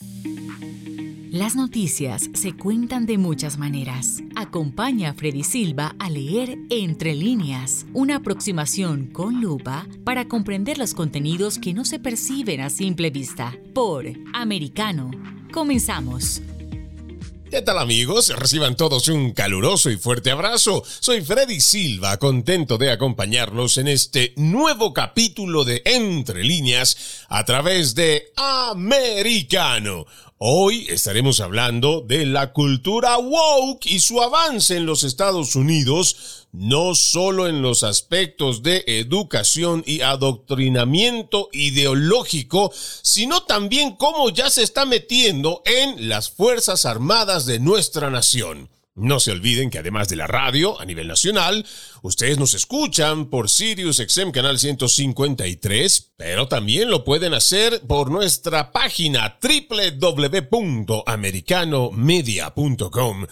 Las noticias se cuentan de muchas maneras. Acompaña a Freddy Silva a leer Entre líneas, una aproximación con lupa para comprender los contenidos que no se perciben a simple vista. Por Americano. Comenzamos. ¿Qué tal, amigos? Reciban todos un caluroso y fuerte abrazo. Soy Freddy Silva, contento de acompañarlos en este nuevo capítulo de Entre líneas a través de Americano. Hoy estaremos hablando de la cultura woke y su avance en los Estados Unidos, no solo en los aspectos de educación y adoctrinamiento ideológico, sino también cómo ya se está metiendo en las Fuerzas Armadas de nuestra nación. No se olviden que además de la radio a nivel nacional, ustedes nos escuchan por SiriusXM Canal 153, pero también lo pueden hacer por nuestra página www.americanomedia.com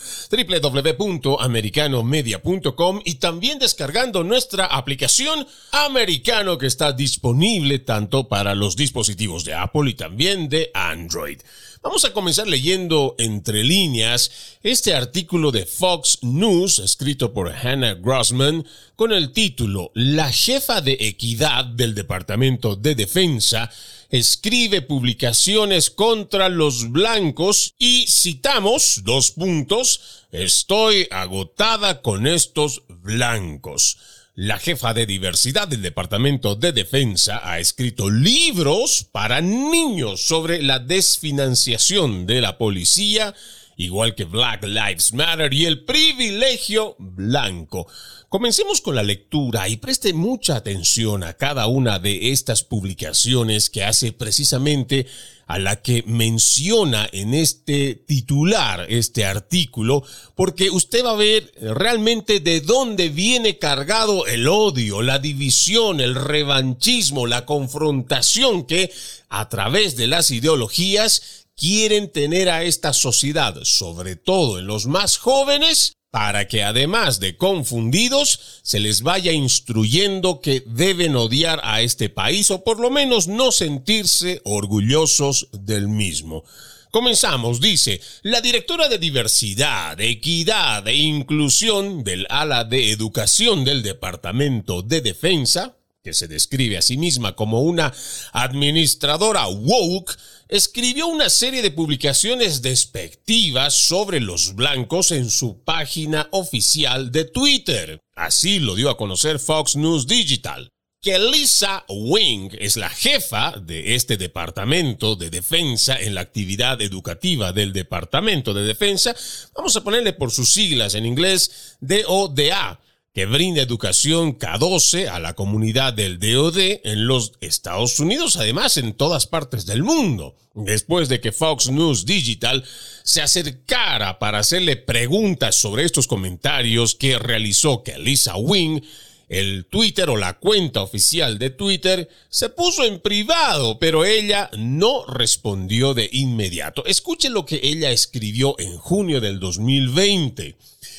www.americanomedia.com y también descargando nuestra aplicación Americano, que está disponible tanto para los dispositivos de Apple y también de Android. Vamos a comenzar leyendo entre líneas este artículo de Fox News escrito por Hannah Grossman con el título "La jefa de equidad del Departamento de Defensa escribe publicaciones contra los blancos" y citamos "Estoy agotada con estos blancos". La jefa de diversidad del Departamento de Defensa ha escrito libros para niños sobre la desfinanciación de la policía, igual que Black Lives Matter y el privilegio blanco. Comencemos con la lectura y preste mucha atención a cada una de estas publicaciones que hace precisamente a la que menciona en este titular, este artículo, porque usted va a ver realmente de dónde viene cargado el odio, la división, el revanchismo, la confrontación que a través de las ideologías quieren tener a esta sociedad, sobre todo en los más jóvenes, para que además de confundidos, se les vaya instruyendo que deben odiar a este país o por lo menos no sentirse orgullosos del mismo. Comenzamos, dice, la directora de Diversidad, Equidad e Inclusión del ala de Educación del Departamento de Defensa, que se describe a sí misma como una administradora woke, escribió una serie de publicaciones despectivas sobre los blancos en su página oficial de Twitter. Así lo dio a conocer Fox News Digital. Que Lisa Wing es la jefa de este Departamento de Defensa en la actividad educativa del Departamento de Defensa, vamos a ponerle por sus siglas en inglés DODA, que brinda educación K-12 a la comunidad del DoD en los Estados Unidos, además en todas partes del mundo. Después de que Fox News Digital se acercara para hacerle preguntas sobre estos comentarios que realizó Lisa Wing, el Twitter o la cuenta oficial de Twitter se puso en privado, pero ella no respondió de inmediato. Escuche lo que ella escribió en junio del 2020.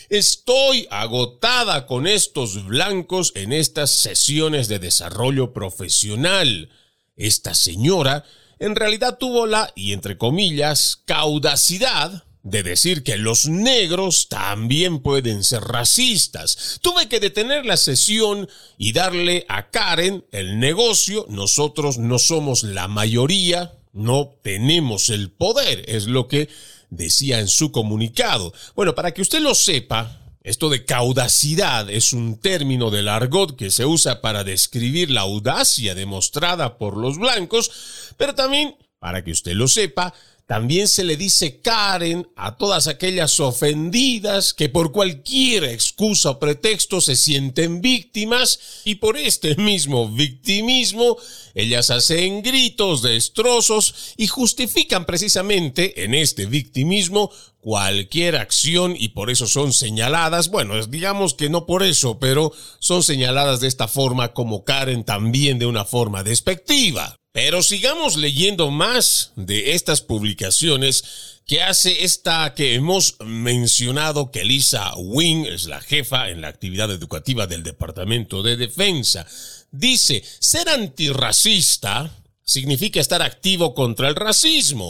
Estoy agotada con estos blancos en estas sesiones de desarrollo profesional. Esta señora en realidad tuvo la, y entre comillas, caudacidad de decir que los negros también pueden ser racistas. Tuve que detener la sesión y darle a Karen el negocio. Nosotros no somos la mayoría, no tenemos el poder, es lo que decía en su comunicado. Bueno, para que usted lo sepa, esto de caudacidad es un término del argot que se usa para describir la audacia demostrada por los blancos, pero también, para que usted lo sepa, también se le dice Karen a todas aquellas ofendidas que por cualquier excusa o pretexto se sienten víctimas y por este mismo victimismo ellas hacen gritos, destrozos y justifican precisamente en este victimismo cualquier acción y por eso son señaladas, bueno, digamos que no por eso, pero son señaladas de esta forma como Karen también de una forma despectiva. Pero sigamos leyendo más de estas publicaciones que hace esta que hemos mencionado, que Lisa Wing es la jefa en la actividad educativa del Departamento de Defensa. Dice, ser antirracista significa estar activo contra el racismo.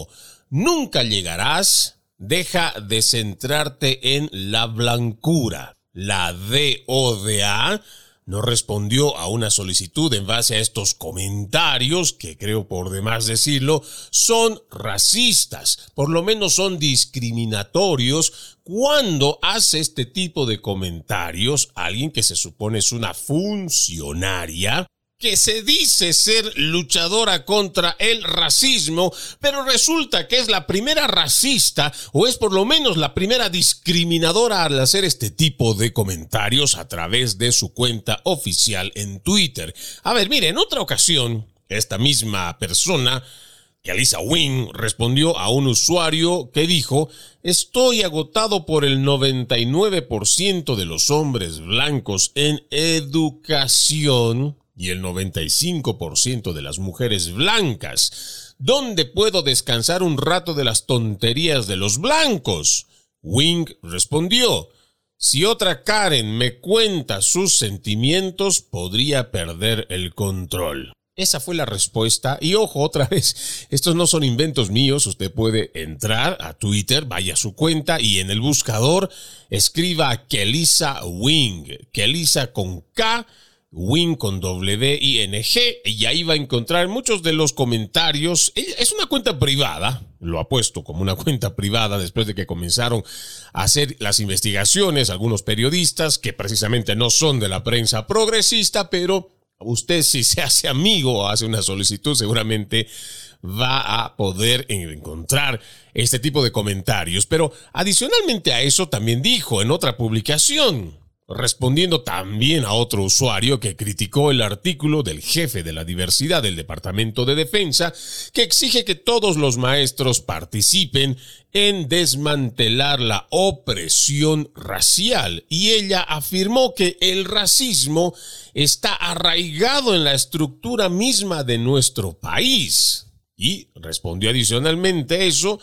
nunca llegarás, deja de centrarte en la blancura. La DODA no respondió a una solicitud en base a estos comentarios, que creo por demás decirlo, son racistas, por lo menos son discriminatorios. Cuando hace este tipo de comentarios alguien que se supone es una funcionaria, que se dice ser luchadora contra el racismo, pero resulta que es la primera racista o es por lo menos la primera discriminadora al hacer este tipo de comentarios a través de su cuenta oficial en Twitter. A ver, mire, en otra ocasión, esta misma persona, Kelisa Wing, respondió a un usuario que dijo: estoy agotado por el 99% de los hombres blancos en educación y el 95% de las mujeres blancas. ¿Dónde puedo descansar un rato de las tonterías de los blancos? Wing respondió: si otra Karen me cuenta sus sentimientos, podría perder el control. Esa fue la respuesta. Y ojo, otra vez, estos no son inventos míos. Usted puede entrar a Twitter, vaya a su cuenta y en el buscador escriba Kelisa Wing, Kelisa con K, Wing con W-I-N-G, y ahí va a encontrar muchos de los comentarios. Es una cuenta privada, lo ha puesto como una cuenta privada después de que comenzaron a hacer las investigaciones algunos periodistas que precisamente no son de la prensa progresista, pero usted, si se hace amigo o hace una solicitud, seguramente va a poder encontrar este tipo de comentarios. Pero adicionalmente a eso, también dijo en otra publicación, respondiendo también a otro usuario que criticó el artículo del jefe de la diversidad del Departamento de Defensa, que exige que todos los maestros participen en desmantelar la opresión racial. Y ella afirmó que el racismo está arraigado en la estructura misma de nuestro país. Y respondió adicionalmente eso: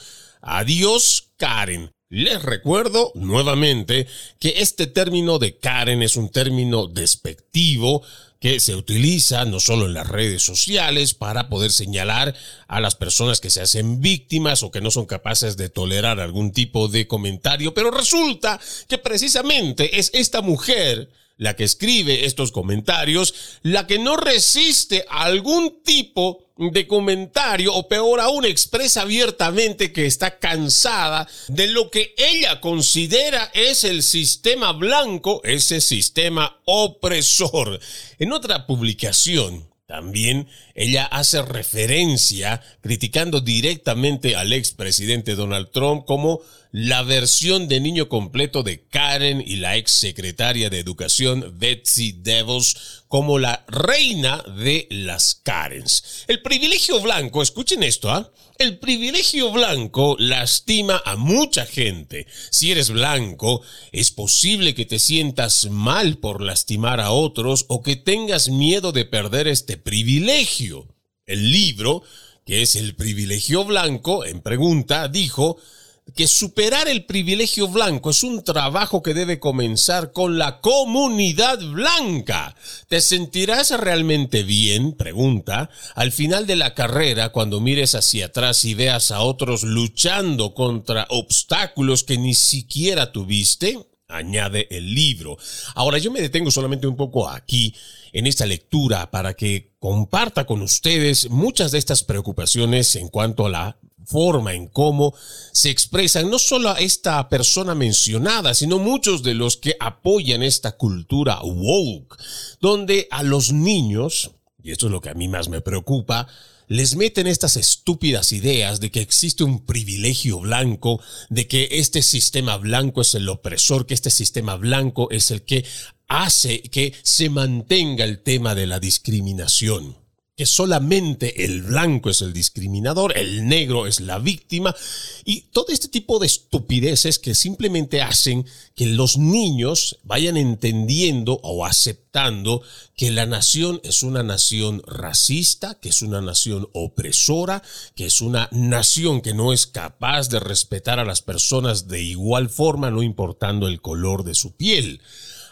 adiós, Karen. Les recuerdo nuevamente que este término de Karen es un término despectivo que se utiliza no solo en las redes sociales para poder señalar a las personas que se hacen víctimas o que no son capaces de tolerar algún tipo de comentario, pero resulta que precisamente es esta mujer, la que escribe estos comentarios, la que no resiste a algún tipo de comentario, o peor aún, expresa abiertamente que está cansada de lo que ella considera es el sistema blanco, ese sistema opresor. En otra publicación, también ella hace referencia, criticando directamente al expresidente Donald Trump como la versión de niño completo de Karen y la exsecretaria de Educación Betsy DeVos como la reina de las Karens. El privilegio blanco, escuchen esto, el privilegio blanco lastima a mucha gente. Si eres blanco, es posible que te sientas mal por lastimar a otros o que tengas miedo de perder este privilegio. El libro, que es El privilegio blanco, en pregunta, dijo que superar el privilegio blanco es un trabajo que debe comenzar con la comunidad blanca. ¿Te sentirás realmente bien? Pregunta. Al final de la carrera, cuando mires hacia atrás y veas a otros luchando contra obstáculos que ni siquiera tuviste, añade el libro. Ahora, yo me detengo solamente un poco aquí en esta lectura para que comparta con ustedes muchas de estas preocupaciones en cuanto a la forma en cómo se expresan no solo a esta persona mencionada, sino muchos de los que apoyan esta cultura woke, donde a los niños, y esto es lo que a mí más me preocupa, les meten estas estúpidas ideas de que existe un privilegio blanco, de que este sistema blanco es el opresor, que este sistema blanco es el que hace que se mantenga el tema de la discriminación, que solamente el blanco es el discriminador, el negro es la víctima, y todo este tipo de estupideces que simplemente hacen que los niños vayan entendiendo o aceptando que la nación es una nación racista, que es una nación opresora, que es una nación que no es capaz de respetar a las personas de igual forma, no importando el color de su piel.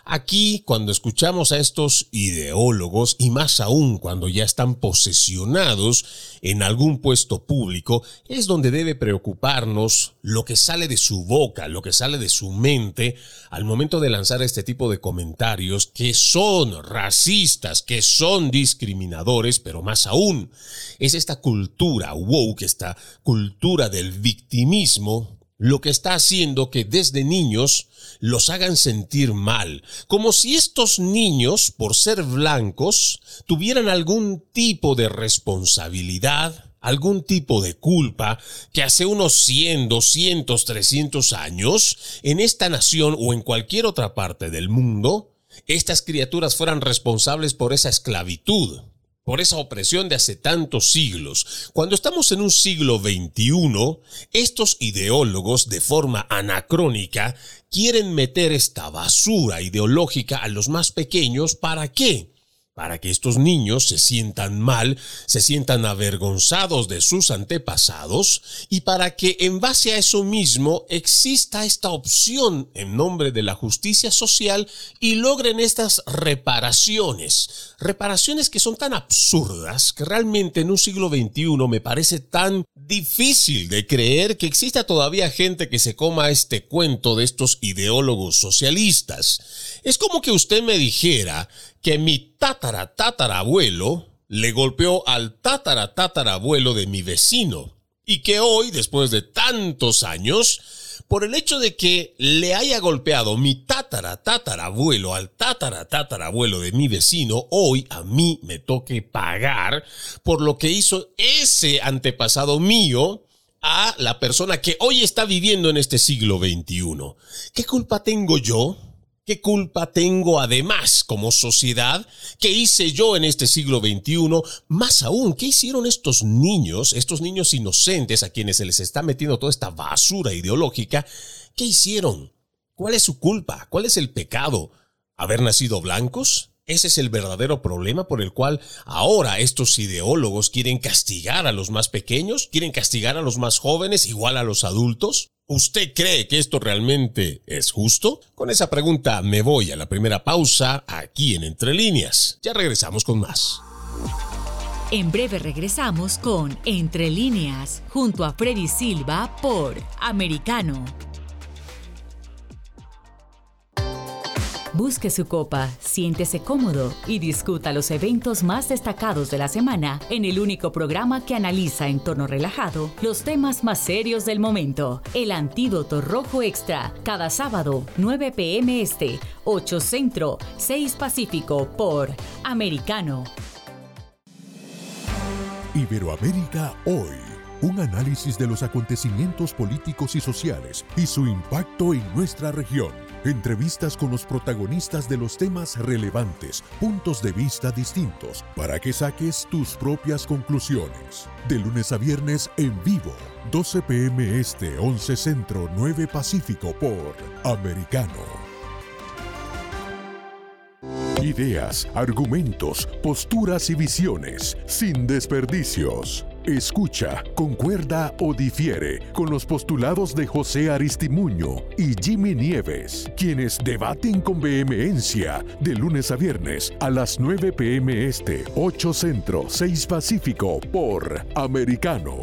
Aquí, cuando escuchamos a estos ideólogos, y más aún cuando ya están posesionados en algún puesto público, es donde debe preocuparnos lo que sale de su boca, lo que sale de su mente al momento de lanzar este tipo de comentarios que son racistas, que son discriminadores, pero más aún es esta cultura woke, esta cultura del victimismo, lo que está haciendo que desde niños los hagan sentir mal, como si estos niños, por ser blancos, tuvieran algún tipo de responsabilidad, algún tipo de culpa, que hace unos 100, 200, 300 años, en esta nación o en cualquier otra parte del mundo, estas criaturas fueran responsables por esa esclavitud, por esa opresión de hace tantos siglos. Cuando estamos en un siglo XXI, estos ideólogos de forma anacrónica quieren meter esta basura ideológica a los más pequeños. ¿Para qué? Para que estos niños se sientan mal, se sientan avergonzados de sus antepasados y para que en base a eso mismo exista esta opción en nombre de la justicia social y logren estas reparaciones que son tan absurdas que realmente en un siglo XXI me parece tan difícil de creer que exista todavía gente que se coma este cuento de estos ideólogos socialistas. Es como que usted me dijera que mi tatarabuelo le golpeó al tatarabuelo de mi vecino y que hoy, después de tantos años, por el hecho de que le haya golpeado mi tatarabuelo al tatarabuelo de mi vecino, hoy a mí me toque pagar por lo que hizo ese antepasado mío a la persona que hoy está viviendo en este siglo XXI. ¿Qué culpa tengo yo? ¿Qué culpa tengo además como sociedad? ¿Qué hice yo en este siglo XXI? Más aún, ¿qué hicieron estos niños inocentes a quienes se les está metiendo toda esta basura ideológica? ¿Qué hicieron? ¿Cuál es su culpa? ¿Cuál es el pecado? ¿Haber nacido blancos? Ese es el verdadero problema por el cual ahora estos ideólogos quieren castigar a los más pequeños, quieren castigar a los más jóvenes, igual a los adultos. ¿Usted cree que esto realmente es justo? Con esa pregunta me voy a la primera pausa aquí en Entre Líneas. Ya regresamos con más. En breve regresamos con Entre Líneas, junto a Freddy Silva por Americano. Busque su copa, siéntese cómodo y discuta los eventos más destacados de la semana en el único programa que analiza en tono relajado los temas más serios del momento. El Antídoto Rojo Extra, cada sábado, 9 p.m. Este, 8 Centro, 6 Pacífico por Americano. Iberoamérica Hoy. Un análisis de los acontecimientos políticos y sociales y su impacto en nuestra región. Entrevistas con los protagonistas de los temas relevantes, puntos de vista distintos, para que saques tus propias conclusiones. De lunes a viernes en vivo, 12 p.m. Este, 11 Centro, 9 Pacífico por Americano. Ideas, argumentos, posturas y visiones, sin desperdicios. Escucha, concuerda o difiere con los postulados de José Aristimuño y Jimmy Nieves, quienes debaten con vehemencia de lunes a viernes a las 9 p.m. Este, 8 Centro, 6 Pacífico por Americano.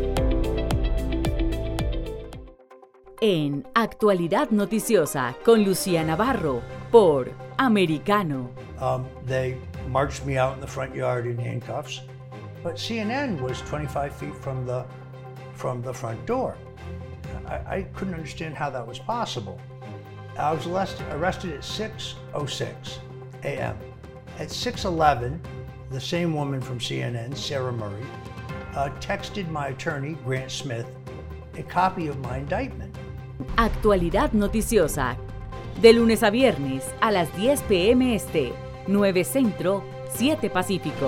En Actualidad Noticiosa con Lucía Navarro por Americano. They marched me out in the front yard in handcuffs. But CNN was 25 feet from the front door. I couldn't understand how that was possible. I was arrested at 6:06 a.m. At 6:11, the same woman from CNN, Sarah Murray, texted my attorney, Grant Smith, a copy of my indictment. Actualidad Noticiosa, de lunes a viernes a las 10 p.m. Este, 9 Centro, 7 Pacífico.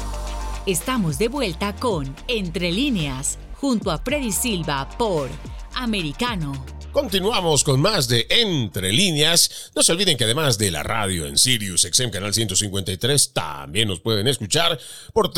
Estamos de vuelta con Entre Líneas, junto a Freddy Silva por Americano. Continuamos con más de Entre Líneas. No se olviden que además de la radio en Sirius XM Canal 153, también nos pueden escuchar por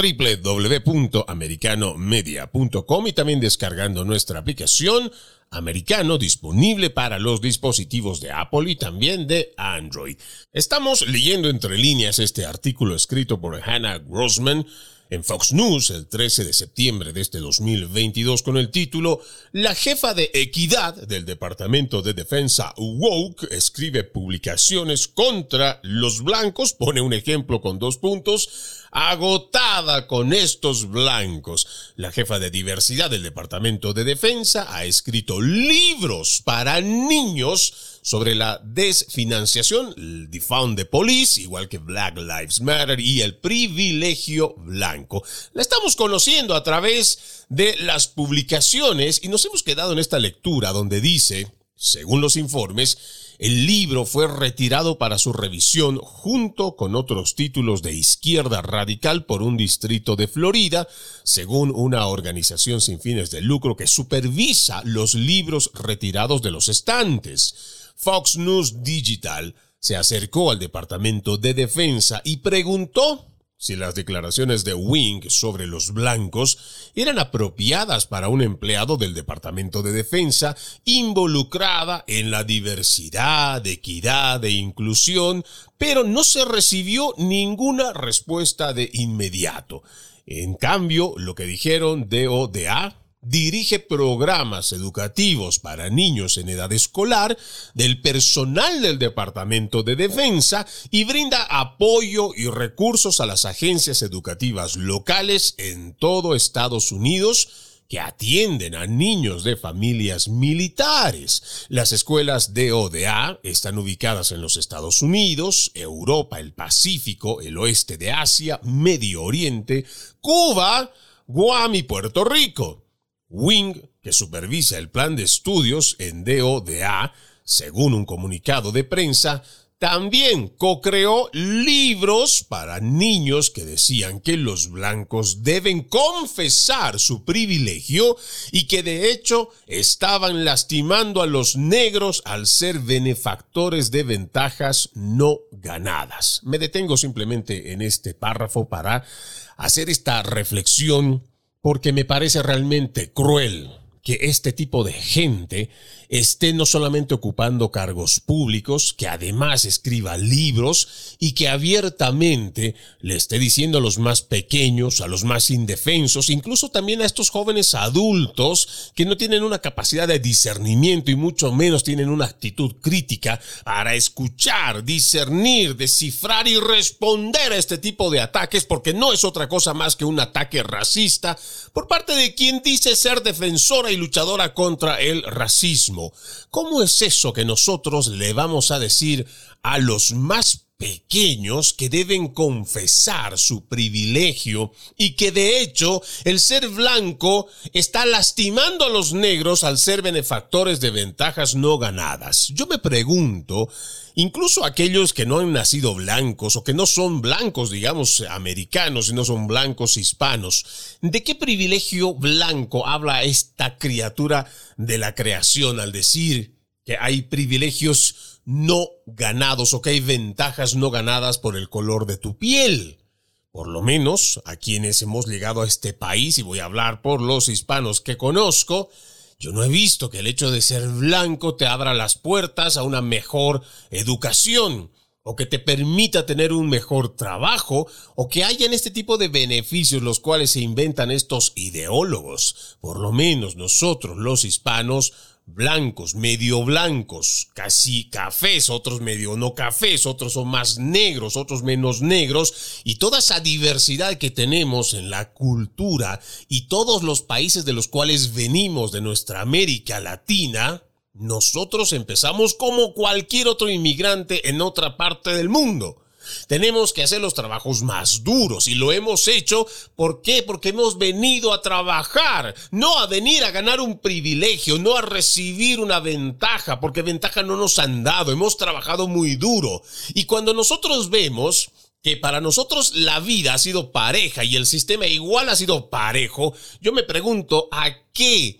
www.americanomedia.com y también descargando nuestra aplicación Americano, disponible para los dispositivos de Apple y también de Android. Estamos leyendo entre líneas este artículo escrito por Hannah Grossman en Fox News el 13 de septiembre de este 2022 con el título La jefa de equidad del Departamento de Defensa woke escribe publicaciones contra los blancos, pone un ejemplo con 2 puntos, agotada con estos blancos. La jefa de diversidad del Departamento de Defensa ha escrito libros para niños sobre la desfinanciación, el defund the police, igual que Black Lives Matter y el privilegio blanco. La estamos conociendo a través de las publicaciones y nos hemos quedado en esta lectura donde dice, según los informes, el libro fue retirado para su revisión junto con otros títulos de izquierda radical por un distrito de Florida, según una organización sin fines de lucro que supervisa los libros retirados de los estantes. Fox News Digital se acercó al Departamento de Defensa y preguntó si las declaraciones de Wing sobre los blancos eran apropiadas para un empleado del Departamento de Defensa involucrada en la diversidad, equidad e inclusión, pero no se recibió ninguna respuesta de inmediato. En cambio, lo que dijeron DODA dirige programas educativos para niños en edad escolar del personal del Departamento de Defensa y brinda apoyo y recursos a las agencias educativas locales en todo Estados Unidos que atienden a niños de familias militares. Las escuelas DODA están ubicadas en los Estados Unidos, Europa, el Pacífico, el oeste de Asia, Medio Oriente, Cuba, Guam y Puerto Rico. Wing, que supervisa el plan de estudios en DODA, según un comunicado de prensa, también co-creó libros para niños que decían que los blancos deben confesar su privilegio y que de hecho estaban lastimando a los negros al ser benefactores de ventajas no ganadas. Me detengo simplemente en este párrafo para hacer esta reflexión porque me parece realmente cruel que este tipo de gente esté no solamente ocupando cargos públicos, que además escriba libros y que abiertamente le esté diciendo a los más pequeños, a los más indefensos, incluso también a estos jóvenes adultos que no tienen una capacidad de discernimiento y mucho menos tienen una actitud crítica para escuchar, discernir, descifrar y responder a este tipo de ataques, porque no es otra cosa más que un ataque racista por parte de quien dice ser defensora y luchadora contra el racismo. ¿Cómo es eso que nosotros le vamos a decir a los más pequeños que deben confesar su privilegio y que de hecho el ser blanco está lastimando a los negros al ser benefactores de ventajas no ganadas? Yo me pregunto, incluso aquellos que no han nacido blancos o que no son blancos, digamos, americanos y no son blancos hispanos, ¿de qué privilegio blanco habla esta criatura de la creación al decir que hay privilegios no ganados o que hay ventajas no ganadas por el color de tu piel? Por lo menos a quienes hemos llegado a este país, y voy a hablar por los hispanos que conozco, yo no he visto que el hecho de ser blanco te abra las puertas a una mejor educación, o que te permita tener un mejor trabajo, o que hayan este tipo de beneficios los cuales se inventan estos ideólogos. Por lo menos nosotros los hispanos, blancos, medio blancos, casi cafés, otros medio no cafés, otros son más negros, otros menos negros, y toda esa diversidad que tenemos en la cultura y todos los países de los cuales venimos de nuestra América Latina, nosotros empezamos como cualquier otro inmigrante en otra parte del mundo. Tenemos que hacer los trabajos más duros y lo hemos hecho. ¿Por qué? Porque hemos venido a trabajar, no a venir a ganar un privilegio, no a recibir una ventaja, porque ventaja no nos han dado. Hemos trabajado muy duro. Y cuando nosotros vemos que para nosotros la vida ha sido pareja y el sistema igual ha sido parejo, yo me pregunto, ¿a qué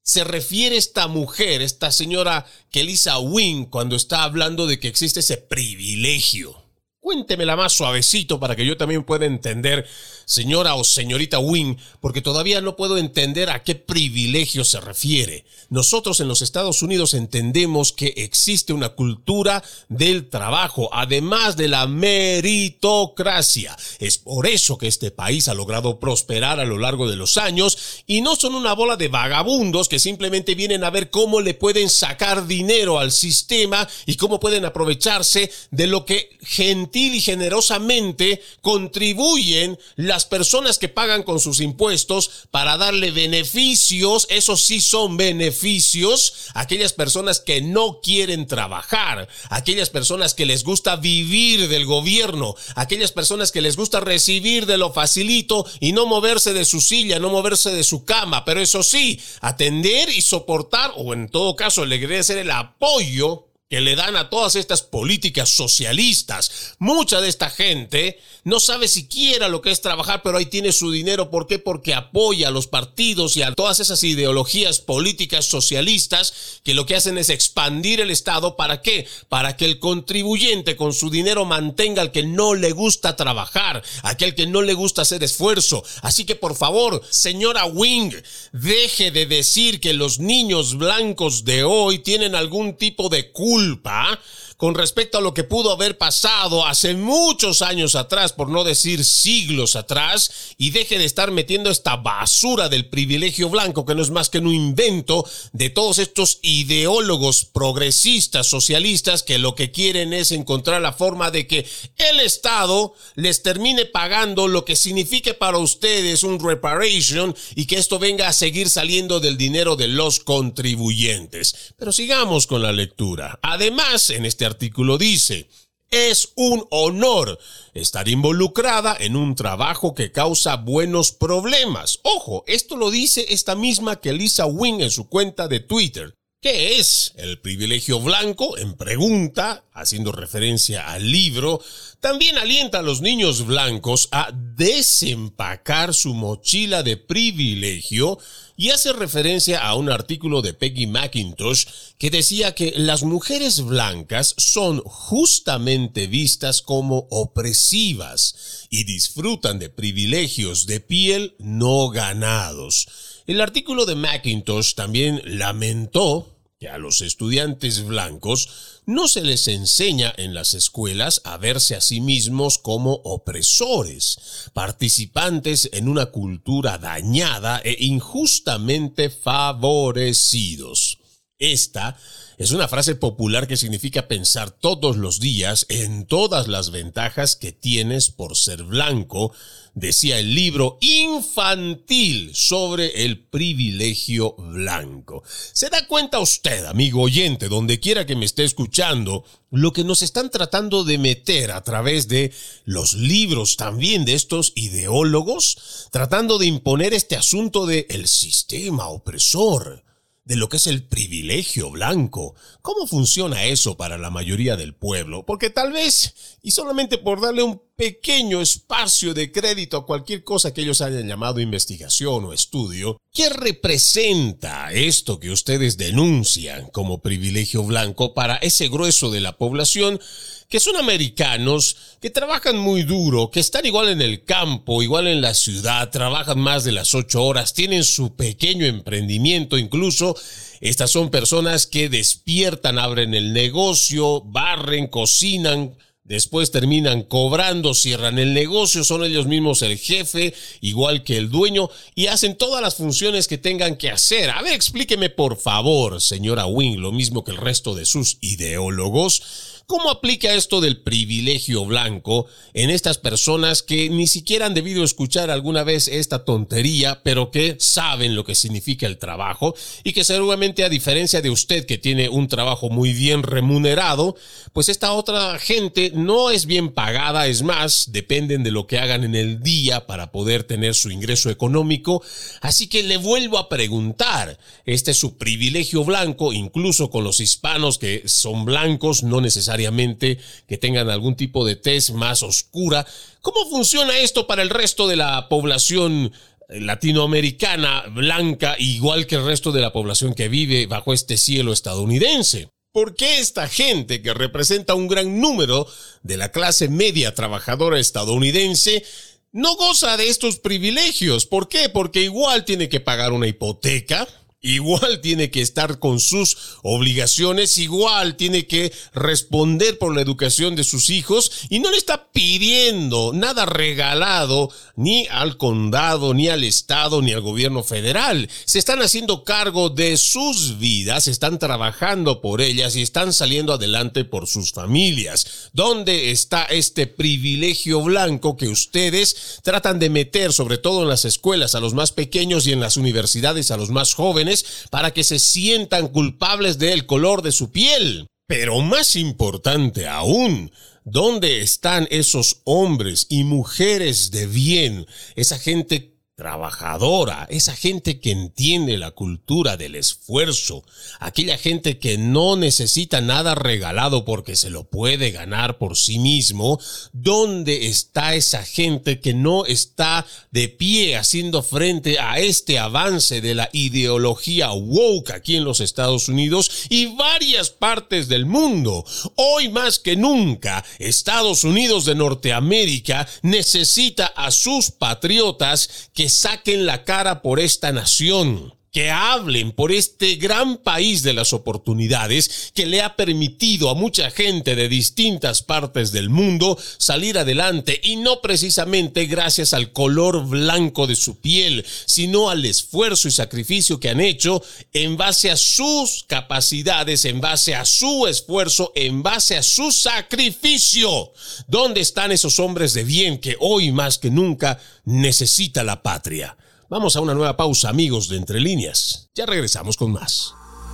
se refiere esta mujer, esta señora Lisa Wing, cuando está hablando de que existe ese privilegio? Cuéntemela más suavecito para que yo también pueda entender, señora o señorita Wing, porque todavía no puedo entender a qué privilegio se refiere. Nosotros en los Estados Unidos entendemos que existe una cultura del trabajo, además de la meritocracia. Es por eso que este país ha logrado prosperar a lo largo de los años y no son una bola de vagabundos que simplemente vienen a ver cómo le pueden sacar dinero al sistema y cómo pueden aprovecharse de lo que gentil y generosamente contribuyen las personas que pagan con sus impuestos para darle beneficios, esos sí son beneficios, a aquellas personas que no quieren trabajar, a aquellas personas que les gusta vivir del gobierno, a aquellas personas que les gusta recibir de lo facilito y no moverse de su silla, no moverse de su cama, pero eso sí, atender y soportar, o en todo caso le quería hacer el apoyo que le dan a todas estas políticas socialistas. Mucha de esta gente no sabe siquiera lo que es trabajar, pero ahí tiene su dinero. ¿Por qué? Porque apoya a los partidos y a todas esas ideologías políticas socialistas que lo que hacen es expandir el Estado. ¿Para qué? Para que el contribuyente con su dinero mantenga al que no le gusta trabajar, aquel que no le gusta hacer esfuerzo. Así que por favor, señora Wing, deje de decir que los niños blancos de hoy tienen algún tipo de culpa con respecto a lo que pudo haber pasado hace muchos años atrás, por no decir siglos atrás, y deje de estar metiendo esta basura del privilegio blanco, que no es más que un invento de todos estos ideólogos progresistas, socialistas, que lo que quieren es encontrar la forma de que el Estado les termine pagando lo que signifique para ustedes un reparation y que esto venga a seguir saliendo del dinero de los contribuyentes. Pero sigamos con la lectura. Además, en este artículo dice: es un honor estar involucrada en un trabajo que causa buenos problemas. Ojo, esto lo dice esta misma Lisa Wing en su cuenta de Twitter. ¿Qué es el privilegio blanco? En pregunta, haciendo referencia al libro, también alienta a los niños blancos a desempacar su mochila de privilegio y hace referencia a un artículo de Peggy McIntosh que decía que las mujeres blancas son justamente vistas como opresivas y disfrutan de privilegios de piel no ganados. El artículo de McIntosh también lamentó que a los estudiantes blancos no se les enseña en las escuelas a verse a sí mismos como opresores, participantes en una cultura dañada e injustamente favorecidos. Esta es una frase popular que significa pensar todos los días en todas las ventajas que tienes por ser blanco, decía el libro infantil sobre el privilegio blanco. ¿Se da cuenta usted, amigo oyente, donde quiera que me esté escuchando, lo que nos están tratando de meter a través de los libros también de estos ideólogos, tratando de imponer este asunto de el sistema opresor, de lo que es el privilegio blanco? ¿Cómo funciona eso para la mayoría del pueblo? Porque tal vez, y solamente por darle un pequeño espacio de crédito a cualquier cosa que ellos hayan llamado investigación o estudio, ¿qué representa esto que ustedes denuncian como privilegio blanco para ese grueso de la población que son americanos, que trabajan muy duro, que están igual en el campo, igual en la ciudad, trabajan más de las 8 horas, tienen su pequeño emprendimiento incluso? Estas son personas que despiertan, abren el negocio, barren, cocinan, después terminan cobrando, cierran el negocio, son ellos mismos el jefe, igual que el dueño, y hacen todas las funciones que tengan que hacer. A ver, explíqueme por favor, señora Wing, lo mismo que el resto de sus ideólogos, ¿cómo aplica esto del privilegio blanco en estas personas que ni siquiera han debido escuchar alguna vez esta tontería, pero que saben lo que significa el trabajo y que seguramente, a diferencia de usted que tiene un trabajo muy bien remunerado, pues esta otra gente no es bien pagada, es más, dependen de lo que hagan en el día para poder tener su ingreso económico? Así que le vuelvo a preguntar, este es su privilegio blanco, incluso con los hispanos que son blancos, no necesariamente que tengan algún tipo de tez más oscura. ¿Cómo funciona esto para el resto de la población latinoamericana, blanca, igual que el resto de la población que vive bajo este cielo estadounidense. ¿Por qué esta gente que representa un gran número de la clase media trabajadora estadounidense no goza de estos privilegios? ¿Por qué? Porque igual tiene que pagar una hipoteca, igual tiene que estar con sus obligaciones, igual tiene que responder por la educación de sus hijos y no le está pidiendo nada regalado ni al condado, ni al estado, ni al gobierno federal. Se están haciendo cargo de sus vidas, están trabajando por ellas y están saliendo adelante por sus familias. ¿Dónde está este privilegio blanco que ustedes tratan de meter, sobre todo en las escuelas, a los más pequeños y en las universidades a los más jóvenes, para que se sientan culpables del color de su piel? Pero más importante aún, ¿dónde están esos hombres y mujeres de bien, esa gente trabajadora, esa gente que entiende la cultura del esfuerzo, aquella gente que no necesita nada regalado porque se lo puede ganar por sí mismo? ¿Dónde está esa gente que no está de pie haciendo frente a este avance de la ideología woke aquí en los Estados Unidos y varias partes del mundo? Hoy más que nunca, Estados Unidos de Norteamérica necesita a sus patriotas que saquen la cara por esta nación, que hablen por este gran país de las oportunidades que le ha permitido a mucha gente de distintas partes del mundo salir adelante, y no precisamente gracias al color blanco de su piel, sino al esfuerzo y sacrificio que han hecho en base a sus capacidades, en base a su esfuerzo, en base a su sacrificio. ¿Dónde están esos hombres de bien que hoy más que nunca necesita la patria? Vamos a una nueva pausa, amigos de Entre Líneas. Ya regresamos con más.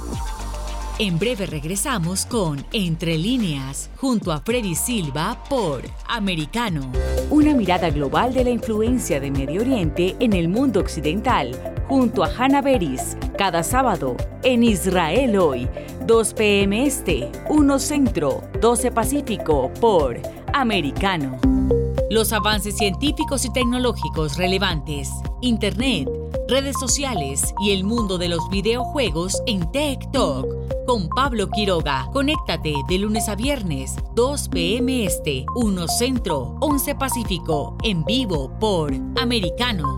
En breve regresamos con Entre Líneas, junto a Freddy Silva por Americano. Una mirada global de la influencia de Medio Oriente en el mundo occidental, junto a Hannah Beris, cada sábado en Israel Hoy, 2 p.m. Este, 1 Centro, 12 Pacífico, por Americano. Los avances científicos y tecnológicos relevantes, Internet, redes sociales y el mundo de los videojuegos en Tech Talk con Pablo Quiroga. Conéctate de lunes a viernes, 2 p.m. Este, 1 Centro, 11 Pacífico, en vivo por Americano.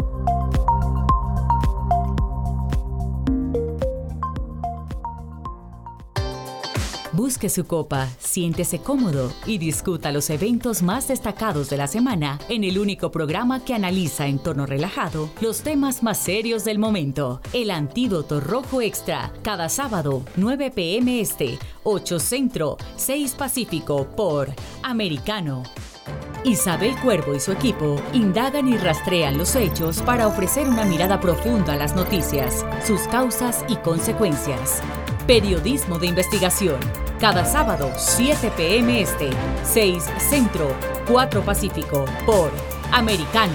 Busque su copa, siéntese cómodo y discuta los eventos más destacados de la semana en el único programa que analiza en tono relajado los temas más serios del momento. El Antídoto Rojo Extra, cada sábado, 9 p.m. Este, 8 Centro, 6 Pacífico, por Americano. Isabel Cuervo y su equipo indagan y rastrean los hechos para ofrecer una mirada profunda a las noticias, sus causas y consecuencias. Periodismo de investigación. Cada sábado, 7 p.m. Este, 6 Centro, 4 Pacífico, por Americano.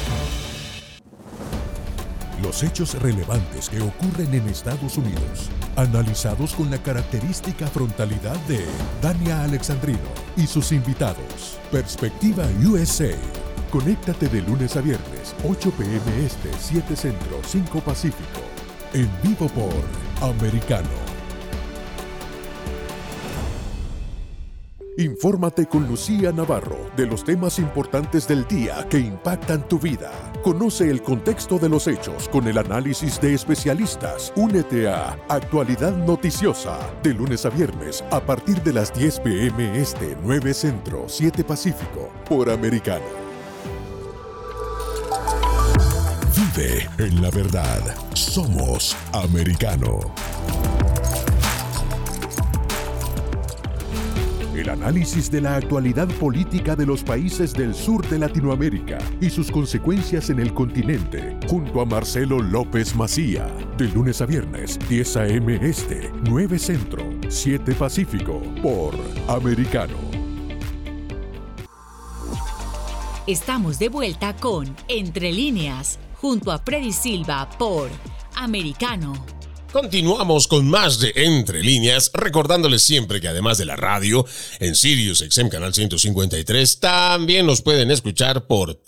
Los hechos relevantes que ocurren en Estados Unidos, analizados con la característica frontalidad de Dania Alexandrino y sus invitados. Perspectiva USA. Conéctate de lunes a viernes, 8 p.m. Este, 7 Centro, 5 Pacífico. En vivo por Americano. Infórmate con Lucía Navarro de los temas importantes del día que impactan tu vida. Conoce el contexto de los hechos con el análisis de especialistas. Únete a Actualidad Noticiosa de lunes a viernes a partir de las 10 p.m. Este, 9 Centro, 7 Pacífico, por Americano. Vive en la verdad. Somos Americano. El análisis de la actualidad política de los países del sur de Latinoamérica y sus consecuencias en el continente, junto a Marcelo López Macía, de lunes a viernes, 10 a.m. Este, 9 Centro, 7 Pacífico, por Americano. Estamos de vuelta con Entre Líneas, junto a Freddy Silva por Americano. Continuamos con más de Entre Líneas, recordándoles siempre que además de la radio, en Sirius XM Canal 153, también nos pueden escuchar por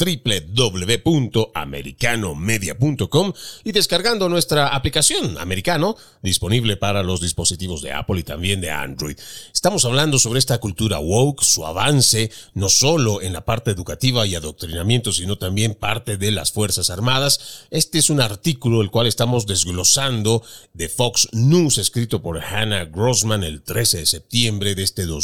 www.americanomedia.com y descargando nuestra aplicación Americano, disponible para los dispositivos de Apple y también de Android. Estamos hablando sobre esta cultura woke, su avance, no solo en la parte educativa y adoctrinamiento, sino también parte de las Fuerzas Armadas. Este es un artículo el cual estamos desglosando de Fox News, escrito por Hannah Grossman el 13 de septiembre de este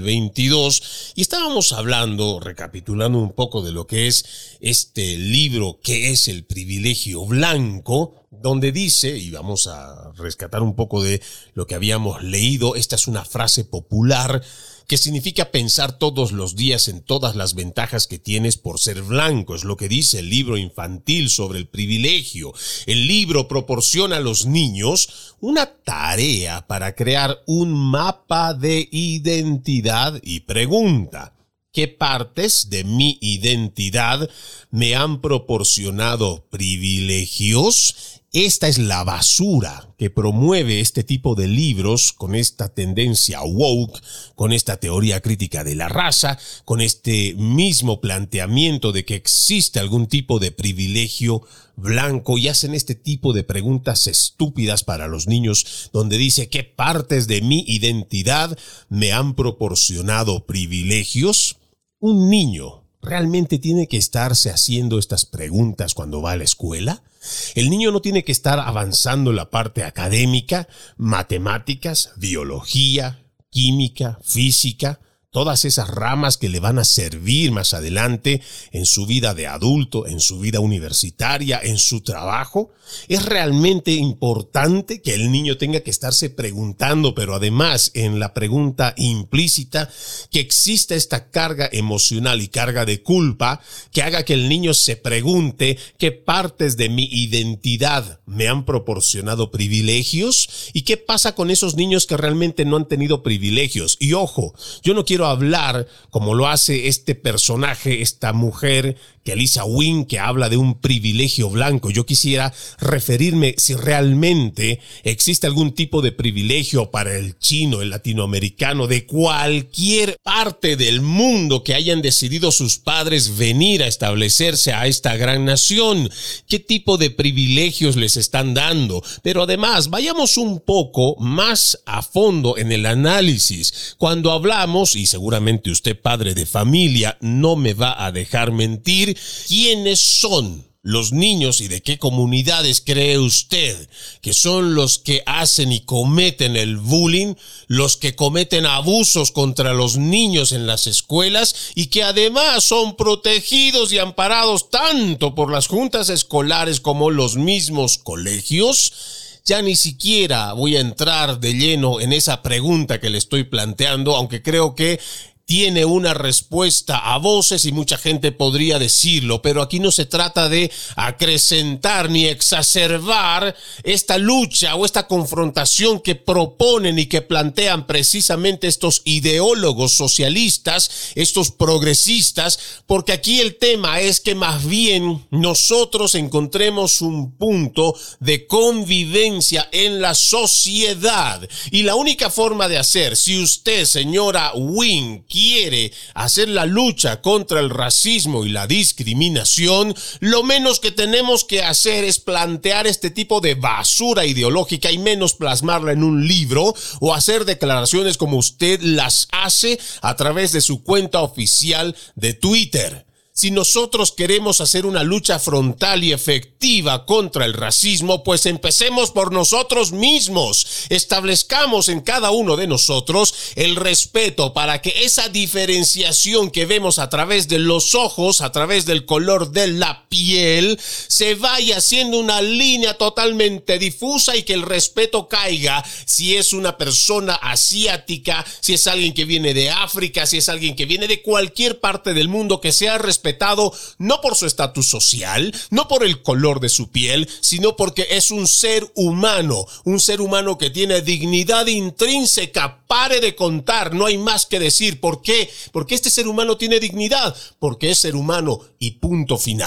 2022, y estábamos hablando, recapitulando un poco de lo que es este libro, ¿Qué es el privilegio blanco?, donde dice, y vamos a rescatar un poco de lo que habíamos leído, esta es una frase popular que significa pensar todos los días en todas las ventajas que tienes por ser blanco. Es lo que dice el libro infantil sobre el privilegio. El libro proporciona a los niños una tarea para crear un mapa de identidad y pregunta: ¿qué partes de mi identidad me han proporcionado privilegios? Esta es la basura que promueve este tipo de libros con esta tendencia woke, con esta teoría crítica de la raza, con este mismo planteamiento de que existe algún tipo de privilegio blanco, y hacen este tipo de preguntas estúpidas para los niños, donde dice: ¿qué partes de mi identidad me han proporcionado privilegios? ¿Un niño realmente tiene que estarse haciendo estas preguntas cuando va a la escuela? El niño no tiene que estar avanzando en la parte académica, matemáticas, biología, química, física, todas esas ramas que le van a servir más adelante en su vida de adulto, en su vida universitaria, en su trabajo. Es realmente importante que el niño tenga que estarse preguntando, pero además en la pregunta implícita, que exista esta carga emocional y carga de culpa que haga que el niño se pregunte: ¿qué partes de mi identidad me han proporcionado privilegios? ¿Y qué pasa con esos niños que realmente no han tenido privilegios? Y ojo, yo no quiero hablar como lo hace este personaje, esta mujer, que Lisa Wing, que habla de un privilegio blanco. Yo quisiera referirme si realmente existe algún tipo de privilegio para el chino, el latinoamericano, de cualquier parte del mundo que hayan decidido sus padres venir a establecerse a esta gran nación. ¿Qué tipo de privilegios les están dando? Pero además, vayamos un poco más a fondo en el análisis. Cuando hablamos, y seguramente usted, padre de familia, no me va a dejar mentir, ¿quiénes son los niños y de qué comunidades cree usted que son los que hacen y cometen el bullying, los que cometen abusos contra los niños en las escuelas y que además son protegidos y amparados tanto por las juntas escolares como los mismos colegios? Ya ni siquiera voy a entrar de lleno en esa pregunta que le estoy planteando, aunque creo que tiene una respuesta a voces y mucha gente podría decirlo, pero aquí no se trata de acrecentar ni exacerbar esta lucha o esta confrontación que proponen y que plantean precisamente estos ideólogos socialistas, estos progresistas, porque aquí el tema es que más bien nosotros encontremos un punto de convivencia en la sociedad. Y la única forma de hacer, si usted, señora Wing, quiere hacer la lucha contra el racismo y la discriminación, lo menos que tenemos que hacer es plantear este tipo de basura ideológica y menos plasmarla en un libro o hacer declaraciones como usted las hace a través de su cuenta oficial de Twitter. Si nosotros queremos hacer una lucha frontal y efectiva contra el racismo, pues empecemos por nosotros mismos. Establezcamos en cada uno de nosotros el respeto para que esa diferenciación que vemos a través de los ojos, a través del color de la piel, se vaya haciendo una línea totalmente difusa y que el respeto caiga si es una persona asiática, si es alguien que viene de África, si es alguien que viene de cualquier parte del mundo, que sea respetado no por su estatus social, no por el color de su piel, sino porque es un ser humano que tiene dignidad intrínseca. Pare de contar, no hay más que decir. ¿Por qué? Porque este ser humano tiene dignidad, porque es ser humano y punto final.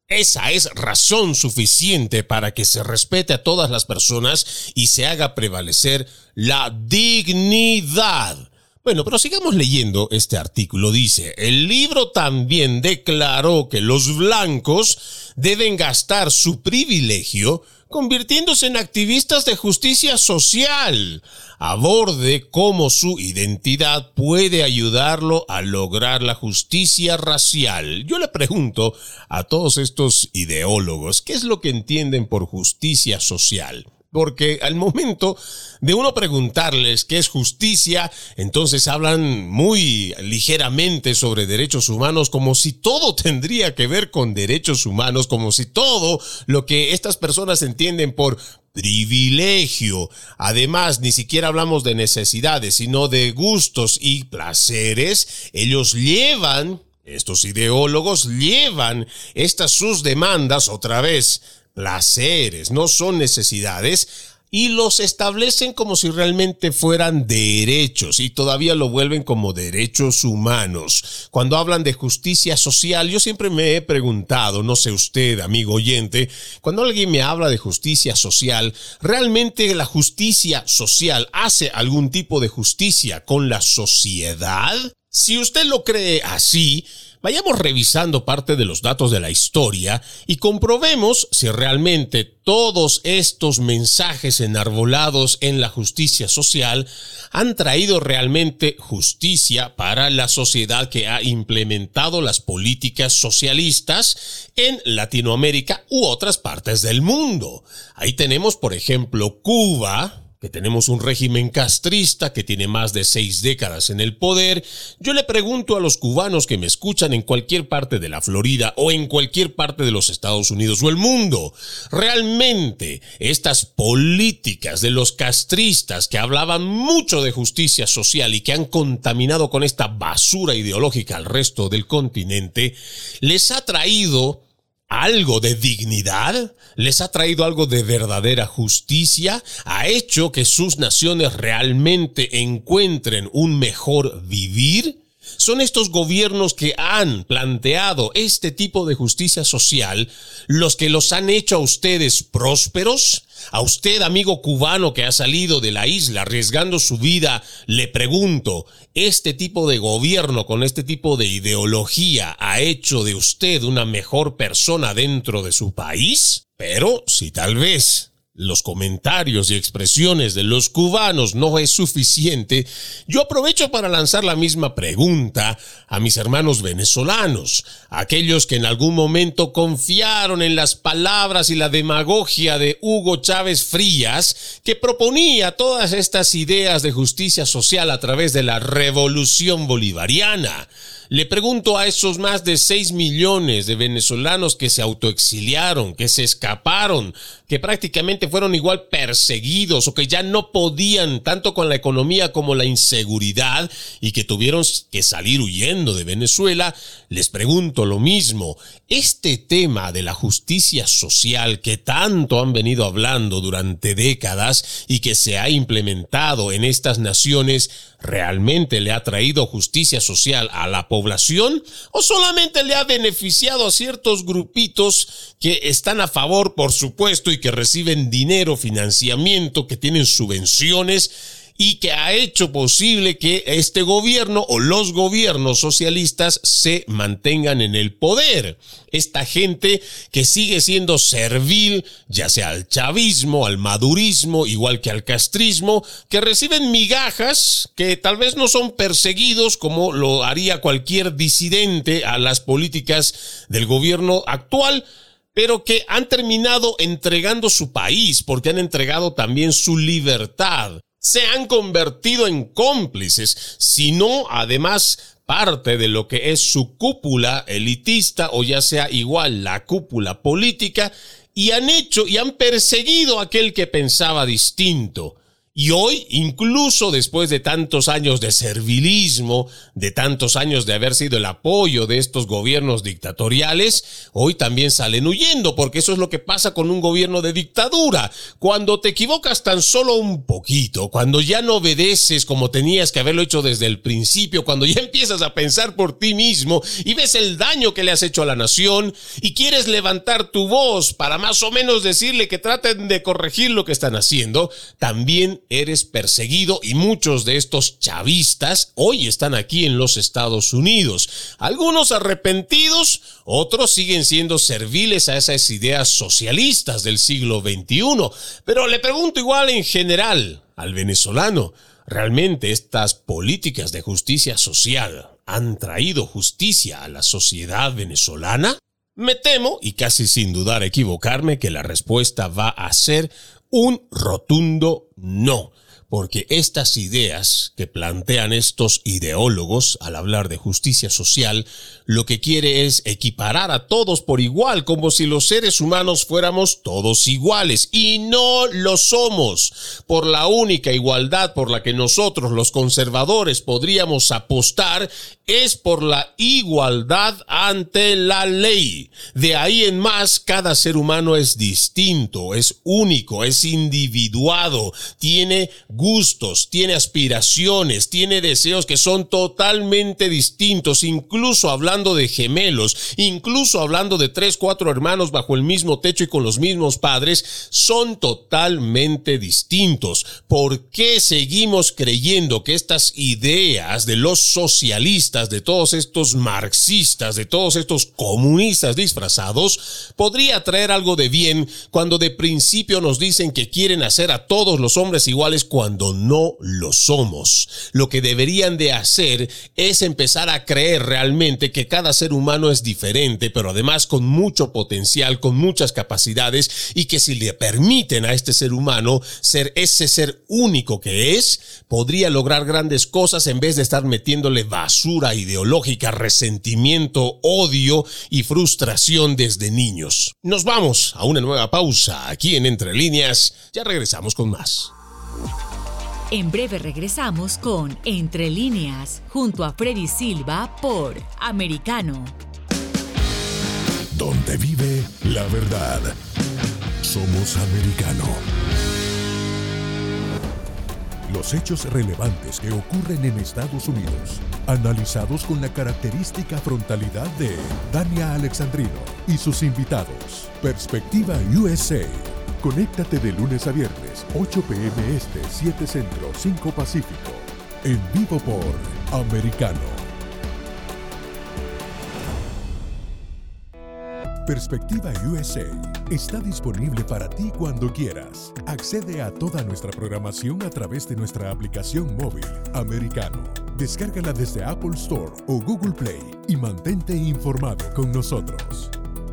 Esa es razón suficiente para que se respete a todas las personas y se haga prevalecer la dignidad. Bueno, pero sigamos leyendo este artículo. Dice, el libro también declaró que los blancos deben gastar su privilegio convirtiéndose en activistas de justicia social. Aborde cómo su identidad puede ayudarlo a lograr la justicia racial. Yo le pregunto a todos estos ideólogos, ¿qué es lo que entienden por justicia social? Porque al momento de uno preguntarles qué es justicia, entonces hablan muy ligeramente sobre derechos humanos, como si todo tendría que ver con derechos humanos, como si todo lo que estas personas entienden por privilegio. Además, ni siquiera hablamos de necesidades, sino de gustos y placeres. Estos ideólogos llevan estas sus demandas otra vez. Placeres, no son necesidades, y los establecen como si realmente fueran derechos y todavía lo vuelven como derechos humanos. Cuando hablan de justicia social, yo siempre me he preguntado, no sé usted, amigo oyente, cuando alguien me habla de justicia social, ¿realmente la justicia social hace algún tipo de justicia con la sociedad? Si usted lo cree así, vayamos revisando parte de los datos de la historia y comprobemos si realmente todos estos mensajes enarbolados en la justicia social han traído realmente justicia para la sociedad que ha implementado las políticas socialistas en Latinoamérica u otras partes del mundo. Ahí tenemos, por ejemplo, Cuba, que tenemos un régimen castrista que tiene más de 6 décadas en el poder. Yo le pregunto a los cubanos que me escuchan en cualquier parte de la Florida o en cualquier parte de los Estados Unidos o el mundo, ¿realmente estas políticas de los castristas que hablaban mucho de justicia social y que han contaminado con esta basura ideológica al resto del continente, les ha traído algo de dignidad? ¿Les ha traído algo de verdadera justicia? ¿Ha hecho que sus naciones realmente encuentren un mejor vivir? ¿Son estos gobiernos que han planteado este tipo de justicia social los que los han hecho a ustedes prósperos? A usted, amigo cubano que ha salido de la isla arriesgando su vida, le pregunto, ¿este tipo de gobierno con este tipo de ideología ha hecho de usted una mejor persona dentro de su país? Pero si tal vez los comentarios y expresiones de los cubanos no es suficiente, yo aprovecho para lanzar la misma pregunta a mis hermanos venezolanos, aquellos que en algún momento confiaron en las palabras y la demagogia de Hugo Chávez Frías, que proponía todas estas ideas de justicia social a través de la revolución bolivariana. Le pregunto a esos más de 6 millones de venezolanos que se autoexiliaron, que se escaparon, que prácticamente fueron igual perseguidos o que ya no podían tanto con la economía como la inseguridad y que tuvieron que salir huyendo de Venezuela, les pregunto lo mismo. Este tema de la justicia social que tanto han venido hablando durante décadas y que se ha implementado en estas naciones, ¿realmente le ha traído justicia social a la población o solamente le ha beneficiado a ciertos grupitos que están a favor, por supuesto, y que reciben dinero, financiamiento, que tienen subvenciones y que ha hecho posible que este gobierno o los gobiernos socialistas se mantengan en el poder? Esta gente que sigue siendo servil, ya sea al chavismo, al madurismo, igual que al castrismo, que reciben migajas, que tal vez no son perseguidos como lo haría cualquier disidente a las políticas del gobierno actual, pero que han terminado entregando su país porque han entregado también su libertad. Se han convertido en cómplices, sino además parte de lo que es su cúpula elitista o ya sea igual la cúpula política, y han perseguido a aquel que pensaba distinto. Y hoy, incluso después de tantos años de servilismo, de tantos años de haber sido el apoyo de estos gobiernos dictatoriales, hoy también salen huyendo, porque eso es lo que pasa con un gobierno de dictadura. Cuando te equivocas tan solo un poquito, cuando ya no obedeces como tenías que haberlo hecho desde el principio, cuando ya empiezas a pensar por ti mismo y ves el daño que le has hecho a la nación y quieres levantar tu voz para más o menos decirle que traten de corregir lo que están haciendo, también eres perseguido, y muchos de estos chavistas hoy están aquí en los Estados Unidos. Algunos arrepentidos, otros siguen siendo serviles a esas ideas socialistas del siglo XXI. Pero le pregunto igual en general al venezolano, ¿realmente estas políticas de justicia social han traído justicia a la sociedad venezolana? Me temo, y casi sin dudar equivocarme, que la respuesta va a ser un rotundo no, porque estas ideas que plantean estos ideólogos al hablar de justicia social, lo que quiere es equiparar a todos por igual, como si los seres humanos fuéramos todos iguales, y no lo somos. Por la única igualdad por la que nosotros, los conservadores, podríamos apostar es por la igualdad ante la ley. De ahí en más, cada ser humano es distinto, es único, es individuado, tiene gustos, tiene aspiraciones, tiene deseos que son totalmente distintos, incluso hablando de gemelos, incluso hablando de 3, 4 hermanos bajo el mismo techo y con los mismos padres, son totalmente distintos. ¿Por qué seguimos creyendo que estas ideas de los socialistas, de todos estos marxistas, de todos estos comunistas disfrazados, podría traer algo de bien cuando de principio nos dicen que quieren hacer a todos los hombres iguales cuando no lo somos? Lo que deberían de hacer es empezar a creer realmente que cada ser humano es diferente, pero además con mucho potencial, con muchas capacidades, y que si le permiten a este ser humano ser ese ser único que es, podría lograr grandes cosas en vez de estar metiéndole basura ideológica, resentimiento, odio y frustración desde niños. Nos vamos a una nueva pausa aquí en Entre Líneas. Ya regresamos con más. En breve regresamos con Entre Líneas, junto a Freddy Silva por Americano. Donde vive la verdad. Somos Americano. Los hechos relevantes que ocurren en Estados Unidos, analizados con la característica frontalidad de Dania Alexandrino y sus invitados. Perspectiva USA. Conéctate de lunes a viernes, 8 p.m. Este, 7 Centro, 5 Pacífico. En vivo por Americano. Perspectiva USA está disponible para ti cuando quieras. Accede a toda nuestra programación a través de nuestra aplicación móvil Americano. Descárgala desde Apple Store o Google Play y mantente informado con nosotros.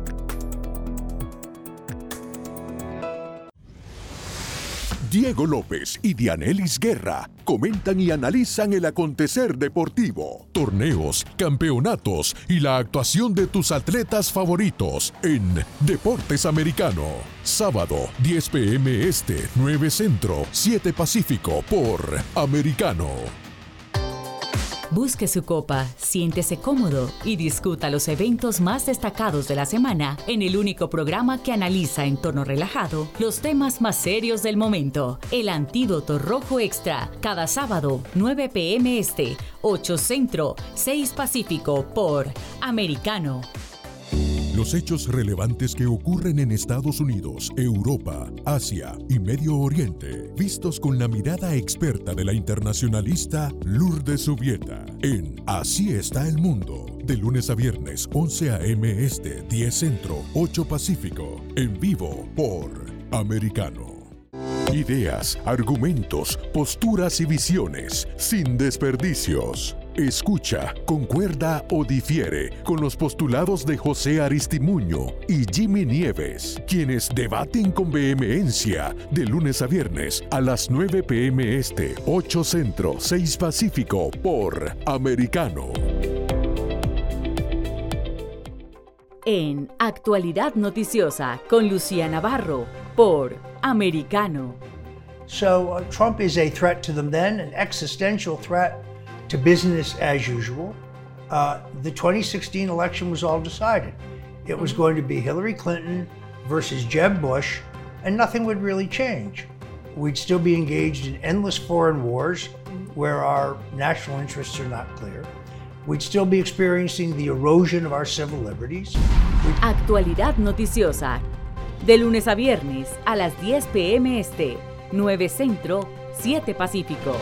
Diego López y Dianelis Guerra comentan y analizan el acontecer deportivo, torneos, campeonatos y la actuación de tus atletas favoritos en Deportes Americano. Sábado, 10 p.m. Este, 9 Centro, 7 Pacífico por Americano. Busque su copa, siéntese cómodo y discuta los eventos más destacados de la semana en el único programa que analiza en tono relajado los temas más serios del momento. El Antídoto Rojo Extra, cada sábado, 9 p.m. Este, 8 Centro, 6 Pacífico por Americano. Los hechos relevantes que ocurren en Estados Unidos, Europa, Asia y Medio Oriente, vistos con la mirada experta de la internacionalista Lourdes Subieta, en Así está el mundo, de lunes a viernes, 11 a.m. Este, 10 Centro, 8 Pacífico, en vivo por Americano. Ideas, argumentos, posturas y visiones, sin desperdicios. Escucha, concuerda o difiere con los postulados de José Aristimuño y Jimmy Nieves, quienes debaten con vehemencia de lunes a viernes a las 9 p.m. Este, 8 Centro, 6 Pacífico por Americano. En Actualidad Noticiosa con Lucía Navarro por Americano. So Trump is a threat to them then, an existential threat to business as usual. The 2016 election was all decided. It was going to be Hillary Clinton versus Jeb Bush, and nothing would really change. We'd still be engaged in endless foreign wars where our national interests are not clear. We'd still be experiencing the erosion of our civil liberties. Actualidad noticiosa. De lunes a viernes a las 10 p.m. Este, 9 Centro, 7 Pacífico.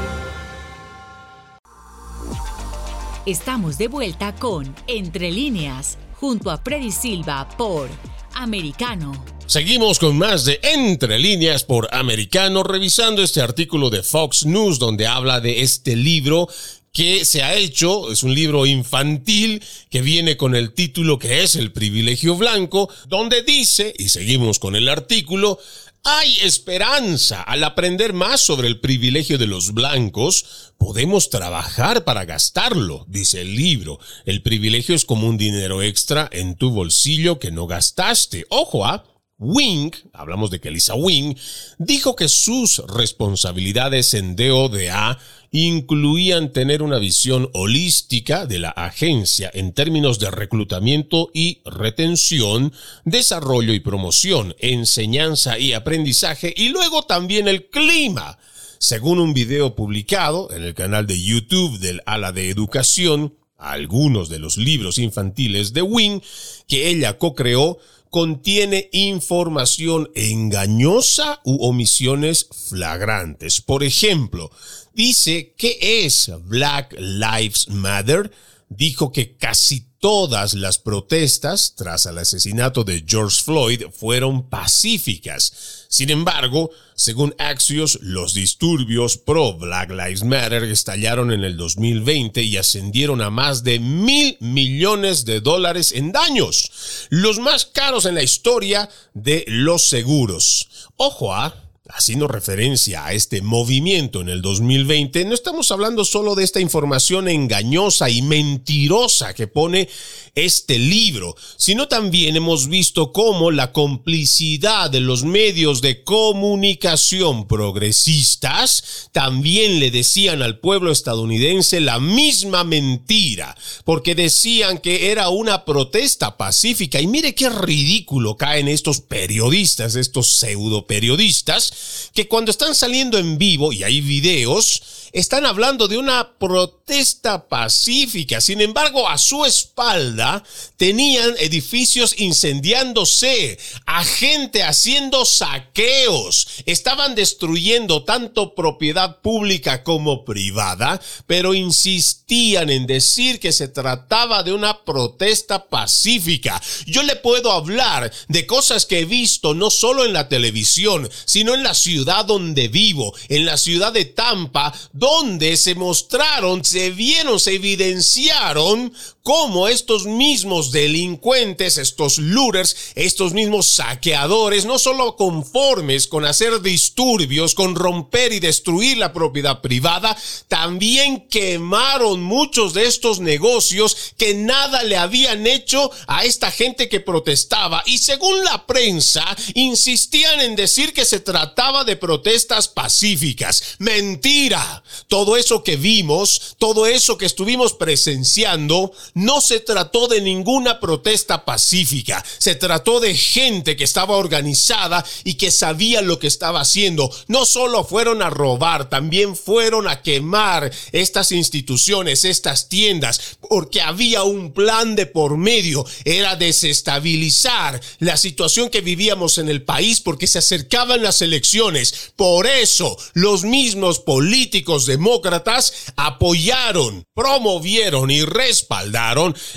Estamos de vuelta con Entre Líneas, junto a Freddy Silva por Americano. Seguimos con más de Entre Líneas por Americano, revisando este artículo de Fox News donde habla de este libro que se ha hecho, es un libro infantil que viene con el título que es El privilegio blanco, donde dice, y seguimos con el artículo, hay esperanza. Al aprender más sobre el privilegio de los blancos, podemos trabajar para gastarlo, dice el libro. El privilegio es como un dinero extra en tu bolsillo que no gastaste. Ojo, Wing, hablamos de que Lisa Wing, dijo que sus responsabilidades en DODA incluían tener una visión holística de la agencia en términos de reclutamiento y retención, desarrollo y promoción, enseñanza y aprendizaje, y luego también el clima. Según un video publicado en el canal de YouTube del ala de educación, algunos de los libros infantiles de Wing que ella co-creó contiene información engañosa u omisiones flagrantes. Por ejemplo, dice ¿qué es Black Lives Matter? Dijo que casi todas las protestas tras el asesinato de George Floyd fueron pacíficas. Sin embargo, según Axios, los disturbios pro Black Lives Matter estallaron en el 2020 y ascendieron a más de $1,000 millones en daños, los más caros en la historia de los seguros. Ojo, haciendo referencia a este movimiento en el 2020, no estamos hablando solo de esta información engañosa y mentirosa que pone este libro, sino también hemos visto cómo la complicidad de los medios de comunicación progresistas también le decían al pueblo estadounidense la misma mentira, porque decían que era una protesta pacífica. Y mire qué ridículo caen estos periodistas, estos pseudo periodistas, que cuando están saliendo en vivo y hay videos, están hablando de una protesta pacífica. Sin embargo, a su espalda tenían edificios incendiándose, a gente haciendo saqueos. Estaban destruyendo tanto propiedad pública como privada, pero insistían en decir que se trataba de una protesta pacífica. Yo le puedo hablar de cosas que he visto no solo en la televisión, sino en la ciudad donde vivo, en la ciudad de Tampa, donde se mostraron, se vieron, se evidenciaron cómo estos mismos delincuentes, estos looters, estos mismos saqueadores, no solo conformes con hacer disturbios, con romper y destruir la propiedad privada, también quemaron muchos de estos negocios que nada le habían hecho a esta gente que protestaba. Y según la prensa, insistían en decir que se trataba de protestas pacíficas. ¡Mentira! Todo eso que vimos, todo eso que estuvimos presenciando, no se trató de ninguna protesta pacífica. Se trató de gente que estaba organizada y que sabía lo que estaba haciendo. No solo fueron a robar, también fueron a quemar estas instituciones, estas tiendas, porque había un plan de por medio. Era desestabilizar la situación que vivíamos en el país porque se acercaban las elecciones. Por eso, los mismos políticos demócratas apoyaron, promovieron y respaldaron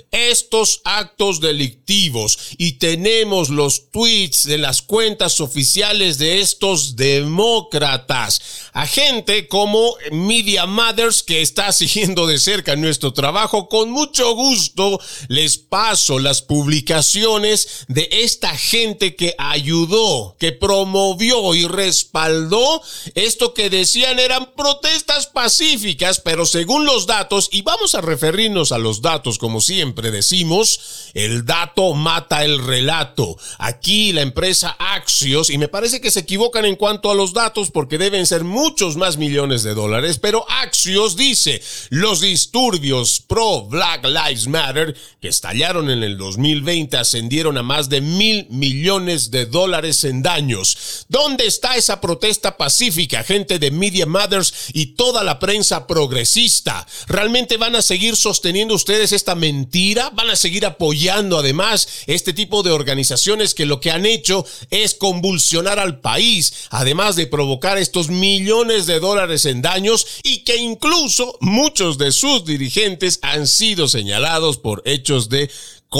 estos actos delictivos, y tenemos los tweets de las cuentas oficiales de estos demócratas. A gente como Media Matters, que está siguiendo de cerca nuestro trabajo, con mucho gusto les paso las publicaciones de esta gente que ayudó, que promovió y respaldó esto que decían eran protestas pacíficas, pero según los datos, y vamos a referirnos a los datos como siempre decimos, el dato mata el relato. Aquí la empresa Axios, y me parece que se equivocan en cuanto a los datos porque deben ser muchos más millones de dólares, pero Axios dice, los disturbios pro Black Lives Matter que estallaron en el 2020 ascendieron a más de $1,000 millones en daños. ¿Dónde está esa protesta pacífica, gente de Media Matters y toda la prensa progresista? ¿Realmente van a seguir sosteniendo ustedes esta mentira? ¿Van a seguir apoyando además este tipo de organizaciones que lo que han hecho es convulsionar al país, además de provocar estos millones de dólares en daños y que incluso muchos de sus dirigentes han sido señalados por hechos de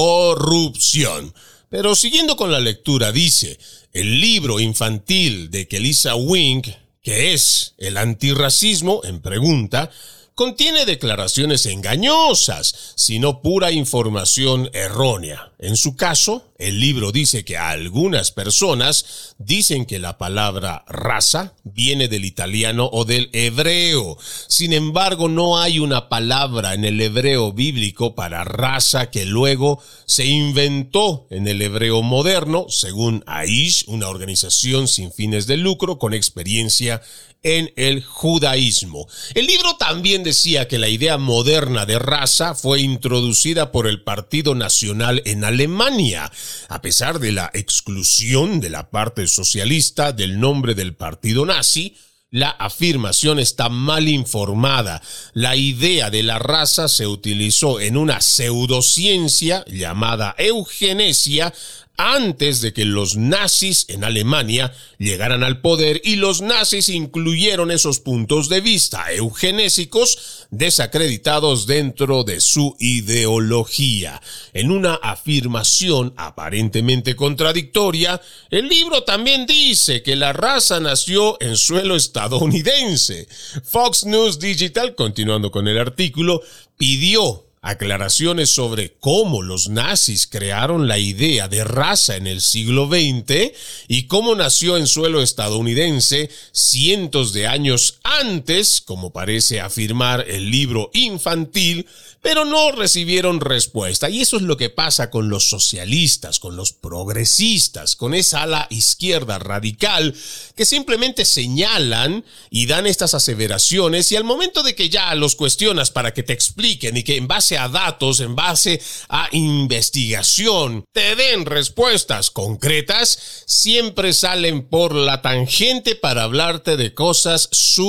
corrupción? Pero siguiendo con la lectura, dice, el libro infantil de Kelisa Wink, que es el antirracismo en pregunta, contiene declaraciones engañosas, sino pura información errónea. En su caso, el libro dice que algunas personas dicen que la palabra raza viene del italiano o del hebreo. Sin embargo, no hay una palabra en el hebreo bíblico para raza que luego se inventó en el hebreo moderno, según Aish, una organización sin fines de lucro con experiencia en el judaísmo. El libro también decía que la idea moderna de raza fue introducida por el Partido Nacional en Alemania, a pesar de la exclusión de la parte socialista del nombre del partido nazi. La afirmación está mal informada. La idea de la raza se utilizó en una pseudociencia llamada eugenesia antes de que los nazis en Alemania llegaran al poder, y los nazis incluyeron esos puntos de vista eugenésicos desacreditados dentro de su ideología. En una afirmación aparentemente contradictoria, el libro también dice que la raza nació en suelo estadounidense. Fox News Digital, continuando con el artículo, pidió aclaraciones sobre cómo los nazis crearon la idea de raza en el siglo XX y cómo nació en suelo estadounidense cientos de años antes, como parece afirmar el libro infantil, pero no recibieron respuesta. Y eso es lo que pasa con los socialistas, con los progresistas, con esa ala izquierda radical que simplemente señalan y dan estas aseveraciones, y al momento de que ya los cuestionas para que te expliquen y que en base a datos, en base a investigación, te den respuestas concretas, siempre salen por la tangente para hablarte de cosas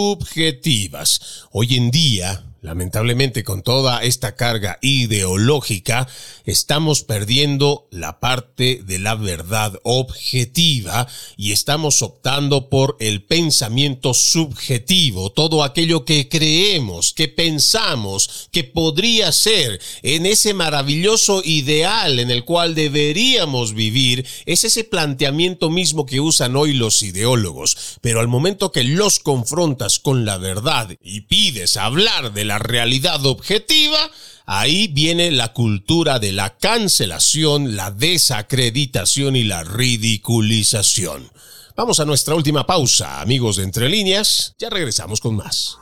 subjetivas. Hoy en día, lamentablemente, con toda esta carga ideológica, estamos perdiendo la parte de la verdad objetiva y estamos optando por el pensamiento subjetivo, todo aquello que creemos, que pensamos, que podría ser en ese maravilloso ideal en el cual deberíamos vivir. Es ese planteamiento mismo que usan hoy los ideólogos, pero al momento que los confrontas con la verdad y pides hablar de la realidad objetiva, ahí viene la cultura de la cancelación, la desacreditación y la ridiculización. Vamos a nuestra última pausa, amigos de Entre Líneas. Ya regresamos con más.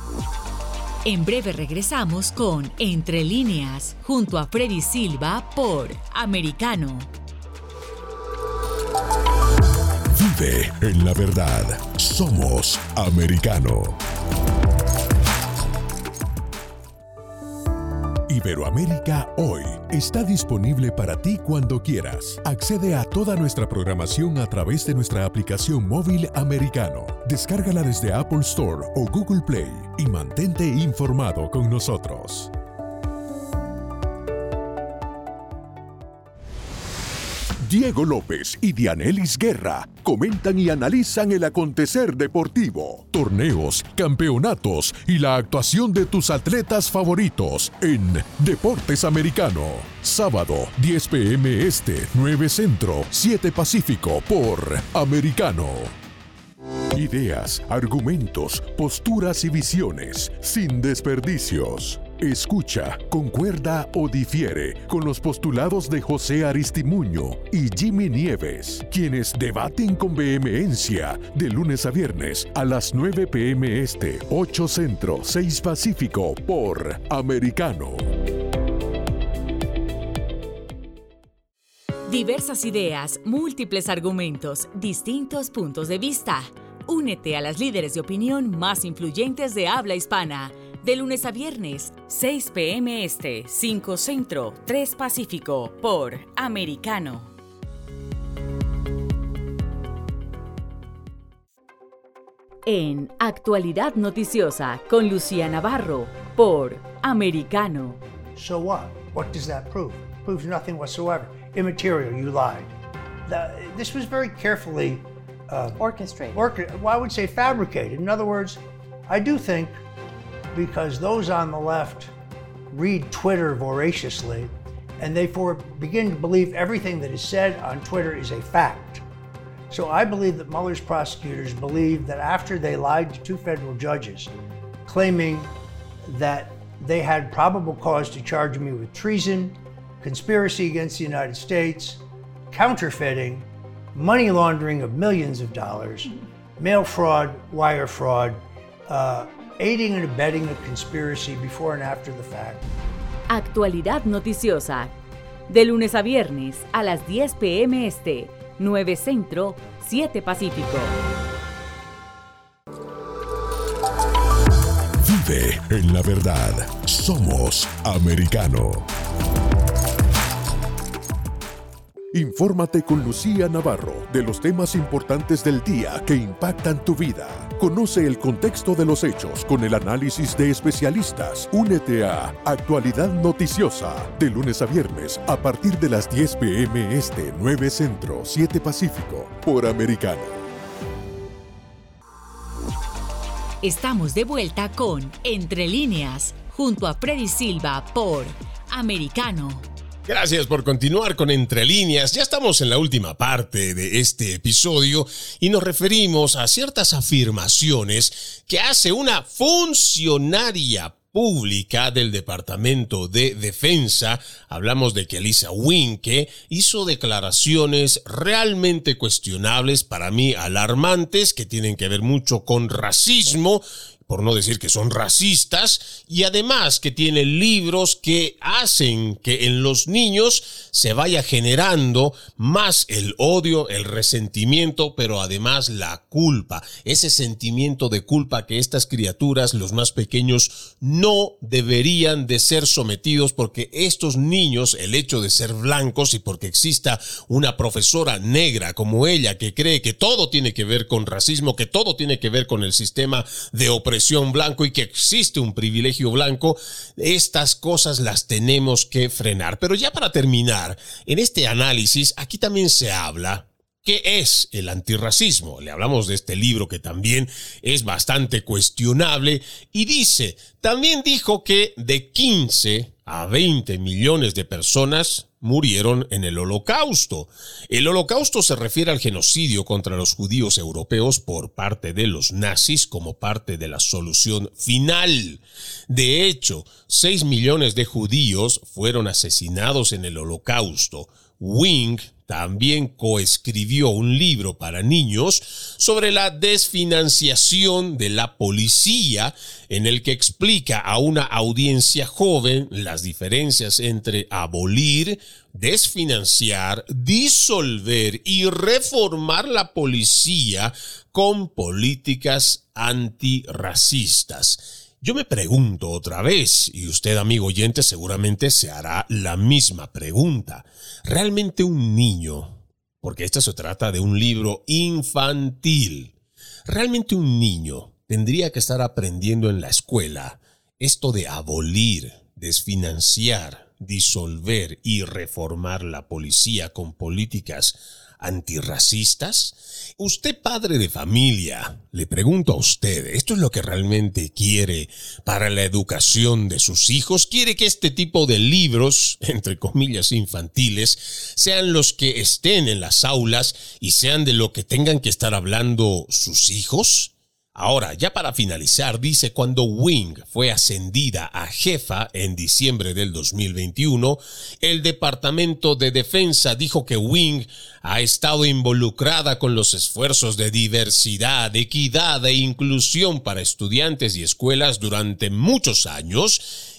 En breve regresamos con Entre Líneas, junto a Freddy Silva por Americano. Vive en la verdad. Somos Americano. Iberoamérica Hoy está disponible para ti cuando quieras. Accede a toda nuestra programación a través de nuestra aplicación móvil Americano. Descárgala desde Apple Store o Google Play y mantente informado con nosotros. Diego López y Dianelis Guerra comentan y analizan el acontecer deportivo, torneos, campeonatos y la actuación de tus atletas favoritos en Deportes Americano. Sábado, 10 p.m. Este, 9 Centro, 7 Pacífico por Americano. Ideas, argumentos, posturas y visiones, sin desperdicios. Escucha, concuerda o difiere con los postulados de José Aristimuño y Jimmy Nieves, quienes debaten con vehemencia de lunes a viernes a las 9 p.m. Este, 8 Centro, 6 Pacífico por Americano. Diversas ideas, múltiples argumentos, distintos puntos de vista. Únete a las líderes de opinión más influyentes de habla hispana. De lunes a viernes, 6 p.m. Este, 5 Centro, 3 Pacífico, por Americano. En Actualidad Noticiosa, con Lucía Navarro, por Americano. So what? What does that prove? It proves nothing whatsoever. Immaterial, you lied. This was very carefully orchestrated. Well, I would say fabricated. In other words, I do think, because those on the left read Twitter voraciously, and they begin to believe everything that is said on Twitter is a fact. So I believe that Mueller's prosecutors believe that after they lied to 2 federal judges, claiming that they had probable cause to charge me with treason, conspiracy against the United States, counterfeiting, money laundering of millions of dollars, mail fraud, wire fraud, aiding and abetting a conspiracy before and after the fact. Actualidad Noticiosa, de lunes a viernes a las 10 p.m. Este, 9 Centro, 7 Pacífico. Vive en la verdad. Somos Americano. Infórmate con Lucía Navarro de los temas importantes del día que impactan tu vida. Conoce el contexto de los hechos con el análisis de especialistas. Únete a Actualidad Noticiosa de lunes a viernes a partir de las 10 p.m. Este, 9 Centro, 7 Pacífico, por Americano. Estamos de vuelta con Entre Líneas, junto a Freddy Silva por Americano. Gracias por continuar con Entre Líneas. Ya estamos en la última parte de este episodio y nos referimos a ciertas afirmaciones que hace una funcionaria pública del Departamento de Defensa. Hablamos de que Lisa Wing, que hizo declaraciones realmente cuestionables, para mí alarmantes, que tienen que ver mucho con racismo, por no decir que son racistas, y además que tiene libros que hacen que en los niños se vaya generando más el odio, el resentimiento, pero además la culpa, ese sentimiento de culpa que estas criaturas, los más pequeños, no deberían de ser sometidos, porque estos niños, el hecho de ser blancos y porque exista una profesora negra como ella que cree que todo tiene que ver con racismo, que todo tiene que ver con el sistema de opresión blanco y que existe un privilegio blanco, estas cosas las tenemos que frenar. Pero ya para terminar, en este análisis, aquí también se habla ¿qué es el antirracismo? Le hablamos de este libro que también es bastante cuestionable y también dijo que de 15 a 20 millones de personas murieron en el Holocausto. El Holocausto se refiere al genocidio contra los judíos europeos por parte de los nazis como parte de la solución final. De hecho, 6 millones de judíos fueron asesinados en el Holocausto. Wing también coescribió un libro para niños sobre la desfinanciación de la policía, en el que explica a una audiencia joven las diferencias entre abolir, desfinanciar, disolver y reformar la policía con políticas antirracistas. Yo me pregunto otra vez, y usted, amigo oyente, seguramente se hará la misma pregunta. ¿Realmente un niño, porque esto se trata de un libro infantil, realmente un niño tendría que estar aprendiendo en la escuela esto de abolir, desfinanciar, disolver y reformar la policía con políticas antirracistas? Usted, padre de familia, le pregunto a usted, ¿esto es lo que realmente quiere para la educación de sus hijos? ¿Quiere que este tipo de libros, entre comillas infantiles, sean los que estén en las aulas y sean de lo que tengan que estar hablando sus hijos? Ahora, ya para finalizar, dice, cuando Wing fue ascendida a jefa en diciembre del 2021, el Departamento de Defensa dijo que Wing ha estado involucrada con los esfuerzos de diversidad, equidad e inclusión para estudiantes y escuelas durante muchos años,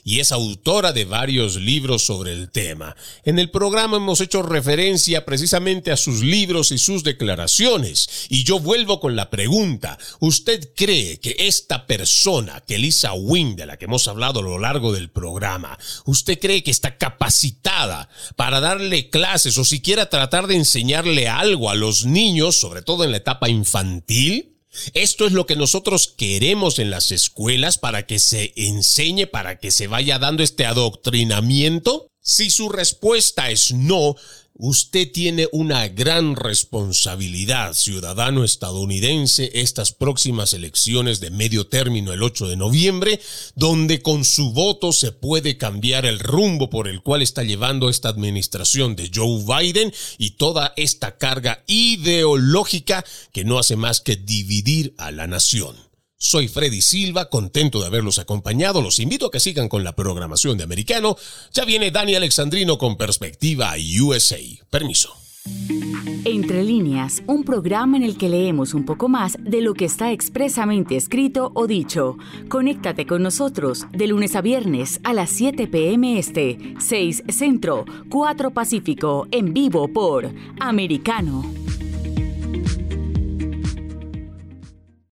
y es autora de varios libros sobre el tema. En el programa hemos hecho referencia precisamente a sus libros y sus declaraciones, y yo vuelvo con la pregunta: ¿usted cree que esta persona, que Lisa Wing, de la que hemos hablado a lo largo del programa, usted cree que está capacitada para darle clases o siquiera tratar de enseñarle algo a los niños, sobre todo en la etapa infantil? Esto es lo que nosotros queremos en las escuelas, para que se enseñe, para que se vaya dando este adoctrinamiento. Si su respuesta es no, usted tiene una gran responsabilidad, ciudadano estadounidense, estas próximas elecciones de medio término el 8 de noviembre, donde con su voto se puede cambiar el rumbo por el cual está llevando esta administración de Joe Biden y toda esta carga ideológica que no hace más que dividir a la nación. Soy Freddy Silva, contento de haberlos acompañado. Los invito a que sigan con la programación de Americano. Ya viene Dani Alexandrino con Perspectiva USA. Permiso. Entre líneas, un programa en el que leemos un poco más de lo que está expresamente escrito o dicho. Conéctate con nosotros de lunes a viernes a las 7 p.m. Este, 6 Centro, 4 Pacífico, en vivo por Americano.